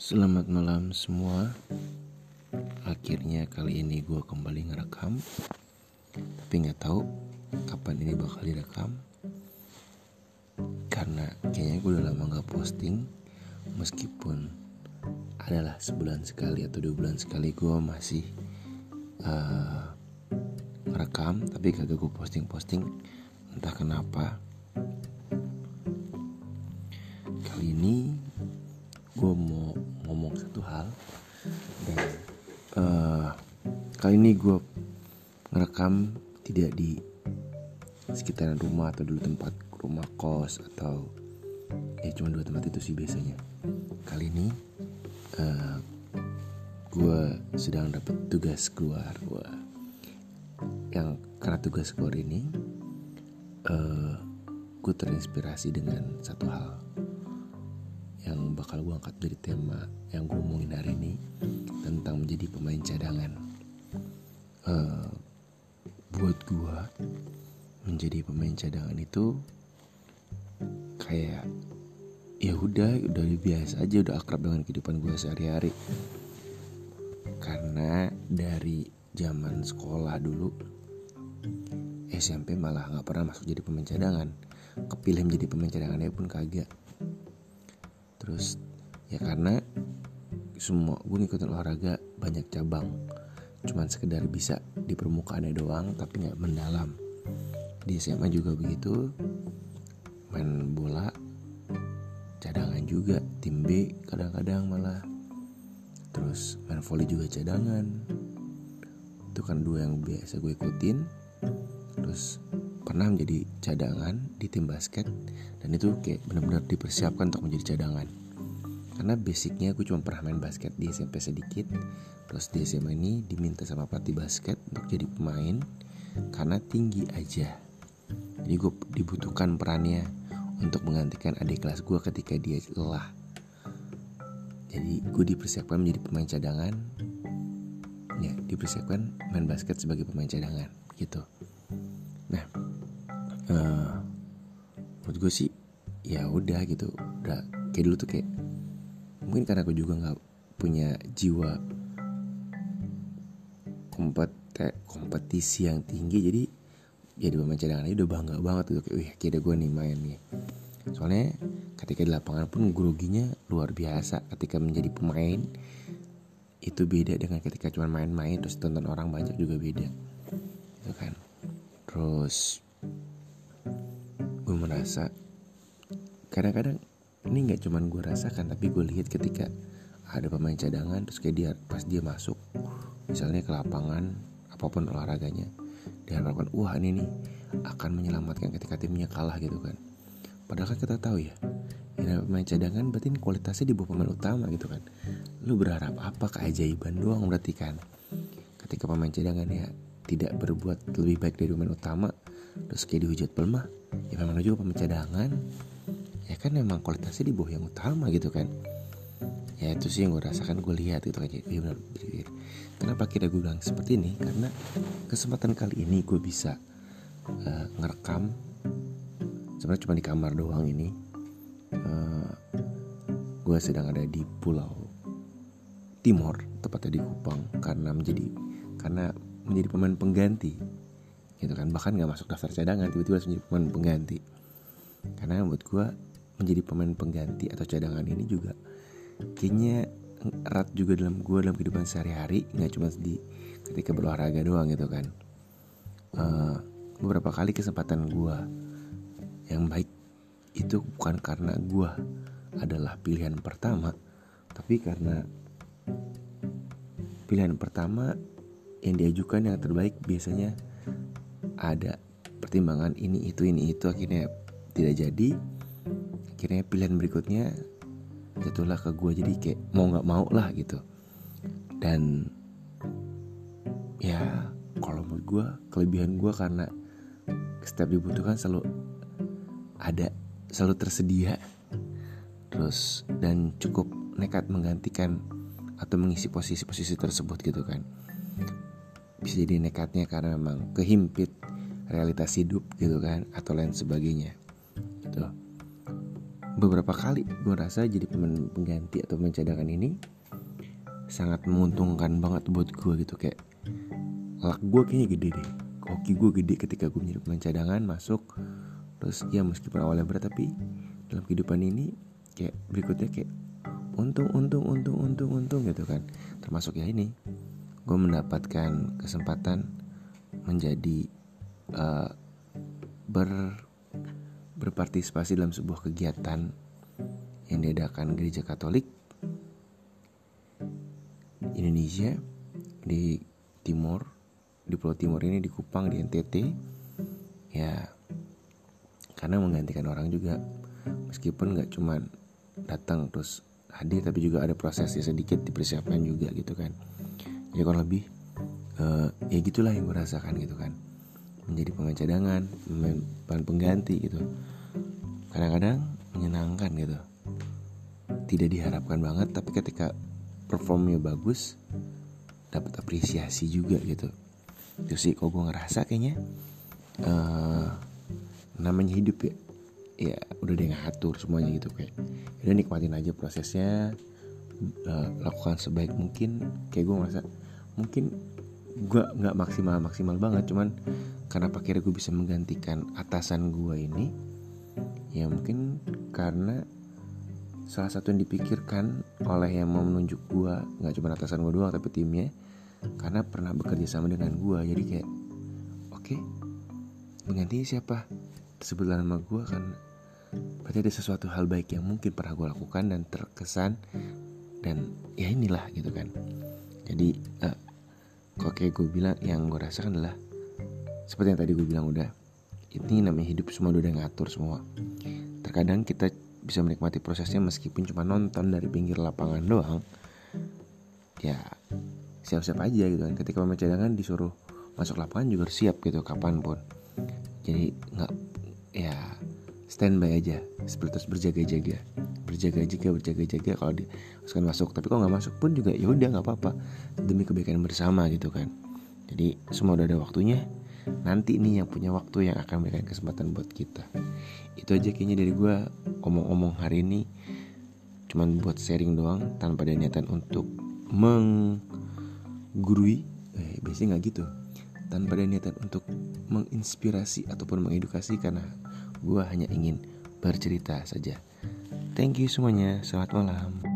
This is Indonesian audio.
Selamat malam semua. Akhirnya kali ini gue kembali ngerekam, tapi gak tahu kapan ini bakal direkam, karena kayaknya gue udah lama gak posting. Meskipun adalah sebulan sekali atau 2 bulan sekali gue masih ngerekam, tapi kagak gue posting. Entah kenapa. Kali ini gue mau ngomong satu hal. Dan kali ini gue ngerekam tidak di sekitaran rumah atau dulu tempat rumah kos, atau cuma 2 tempat itu sih biasanya. Kali ini gue sedang dapat tugas keluar. Yang karena tugas keluar ini gue terinspirasi dengan satu hal yang bakal gue angkat jadi tema yang gue omongin hari ini, tentang menjadi pemain cadangan. Buat gue, menjadi pemain cadangan itu kayak ya udah biasa aja, udah akrab dengan kehidupan gue sehari-hari. Karena dari zaman sekolah dulu, SMP malah nggak pernah masuk jadi pemain cadangan. Kepilih menjadi pemain cadangannya pun kagak. Terus ya karena semua gue ngikutin olahraga banyak cabang, cuman sekedar bisa di permukaannya doang tapi nggak mendalam. Di SMA juga begitu, main bola cadangan juga, tim B kadang-kadang malah. Terus main volley juga cadangan. Itu kan 2 yang biasa gue ikutin. Terus pernah menjadi cadangan di tim basket, dan itu kayak benar-benar dipersiapkan untuk menjadi cadangan. Karena basicnya gue cuma pernah main basket di SMP sedikit. Terus di SMA ini diminta sama pelatih basket untuk jadi pemain karena tinggi aja. Jadi gue dibutuhkan perannya untuk menggantikan adik kelas gue ketika dia lelah. Jadi gue dipersiapkan menjadi pemain cadangan. Ya, dipersiapkan main basket sebagai pemain cadangan gitu. Nah, menurut gue sih ya udah gitu. Udah kayak dulu tuh kayak, mungkin karena aku juga nggak punya jiwa kompetisi yang tinggi, jadi jadi pemain cadangan aja udah bangga banget tuh, kayak wih kira gue nih main nih. Soalnya ketika di lapangan pun groginya luar biasa. Ketika menjadi pemain itu beda dengan ketika cuma main-main terus tonton orang banyak, juga beda gitu kan. Terus gue merasa kadang-kadang ini nggak cuman gue rasakan, tapi gue lihat ketika ada pemain cadangan, terus kayak dia pas dia masuk misalnya ke lapangan apapun olahraganya, diharapkan wah ini nih akan menyelamatkan ketika timnya kalah gitu kan. Padahal kan kita tahu ya, pemain cadangan berarti kualitasnya di bawah pemain utama gitu kan. Lu berharap apa, keajaiban doang berarti kan. Ketika pemain cadangan ya tidak berbuat lebih baik dari pemain utama, terus kayak dihujat pelemah, ya memang juga pemain cadangan ya kan memang kualitasnya di bawah yang utama gitu kan. Ya itu sih yang gue rasakan, gue lihat gitu aja. Iya benar. Kenapa kira gue bilang seperti ini? Karena kesempatan kali ini gue bisa ngerekam. Sebenarnya cuma di kamar doang ini. Gue sedang ada di Pulau Timor, tepatnya di Kupang, karena menjadi pemain pengganti gitu kan. Bahkan gak masuk daftar cadangan, tiba-tiba menjadi pemain pengganti. Karena buat gue menjadi pemain pengganti atau cadangan ini juga kayaknya erat juga dalam kehidupan sehari-hari, nggak cuma di ketika berolahraga doang gitu kan. Beberapa kali kesempatan gue yang baik itu bukan karena gue adalah pilihan pertama, tapi karena pilihan pertama yang diajukan yang terbaik biasanya ada pertimbangan ini itu akhirnya tidak jadi. Akhirnya pilihan berikutnya jatuhlah ke gue, jadi kayak mau gak mau lah gitu. Dan ya kalau menurut gue kelebihan gue karena setiap dibutuhkan selalu ada, selalu tersedia, terus dan cukup nekat menggantikan atau mengisi posisi-posisi tersebut gitu kan. Bisa jadi nekatnya karena memang kehimpit realitas hidup gitu kan, atau lain sebagainya gitu. beberapa kali gue rasa jadi pemain pengganti atau pemain cadangan ini sangat menguntungkan banget buat gue gitu. Kayak luck gue kayaknya gede deh, hoki gue gede ketika gue menjadi pemain cadangan masuk. Terus ya meskipun awalnya berat, tapi dalam kehidupan ini kayak berikutnya kayak untung gitu kan. Termasuk ya ini, gue mendapatkan kesempatan menjadi berpartisipasi dalam sebuah kegiatan yang diadakan Gereja Katolik Indonesia di Timur, di Pulau Timur ini, di Kupang, di NTT. Ya karena menggantikan orang juga, meskipun gak cuman datang terus hadir, tapi juga ada prosesnya sedikit dipersiapkan juga gitu kan. Jadi kurang lebih ya gitulah yang gue rasakan gitu kan, menjadi pemain cadangan, pemain pengganti gitu. Kadang-kadang menyenangkan gitu, tidak diharapkan banget, tapi ketika performnya bagus dapat apresiasi juga gitu. Itu sih kok gue ngerasa kayaknya namanya hidup ya udah dia ngatur semuanya gitu. Kayak udah nikmatin aja prosesnya, lakukan sebaik mungkin. Kayak gue ngerasa mungkin gue nggak maksimal banget, cuman karena akhirnya gue bisa menggantikan atasan gue ini, ya mungkin karena salah satu yang dipikirkan oleh yang mau menunjuk gue nggak cuma atasan gue doang, tapi timnya, karena pernah bekerja sama dengan gue. Jadi kayak oke, penggantinya siapa, tersebutlah nama gue, kan berarti ada sesuatu hal baik yang mungkin pernah gue lakukan dan terkesan, dan ya inilah gitu kan. Jadi kok kayak gue bilang, yang gue rasakan adalah seperti yang tadi gue bilang, udah ini namanya hidup, semua udah ngatur semua. Terkadang kita bisa menikmati prosesnya meskipun cuma nonton dari pinggir lapangan doang. Ya siap-siap aja gitu kan. Ketika pemain cadangan disuruh masuk lapangan juga harus siap gitu kapanpun. Jadi nggak, ya standby aja, terus berjaga-jaga kalau dimasukkan masuk. Tapi kalau nggak masuk pun juga ya udah nggak apa-apa, demi kebaikan bersama gitu kan. Jadi semua udah ada waktunya. Nanti nih yang punya waktu yang akan memberikan kesempatan buat kita. Itu aja kayaknya dari gue. Omong-omong hari ini cuman buat sharing doang, tanpa ada niatan untuk menggurui. Biasanya gak gitu, tanpa ada niatan untuk menginspirasi ataupun mengedukasi, karena gue hanya ingin bercerita saja. Thank you semuanya, selamat malam.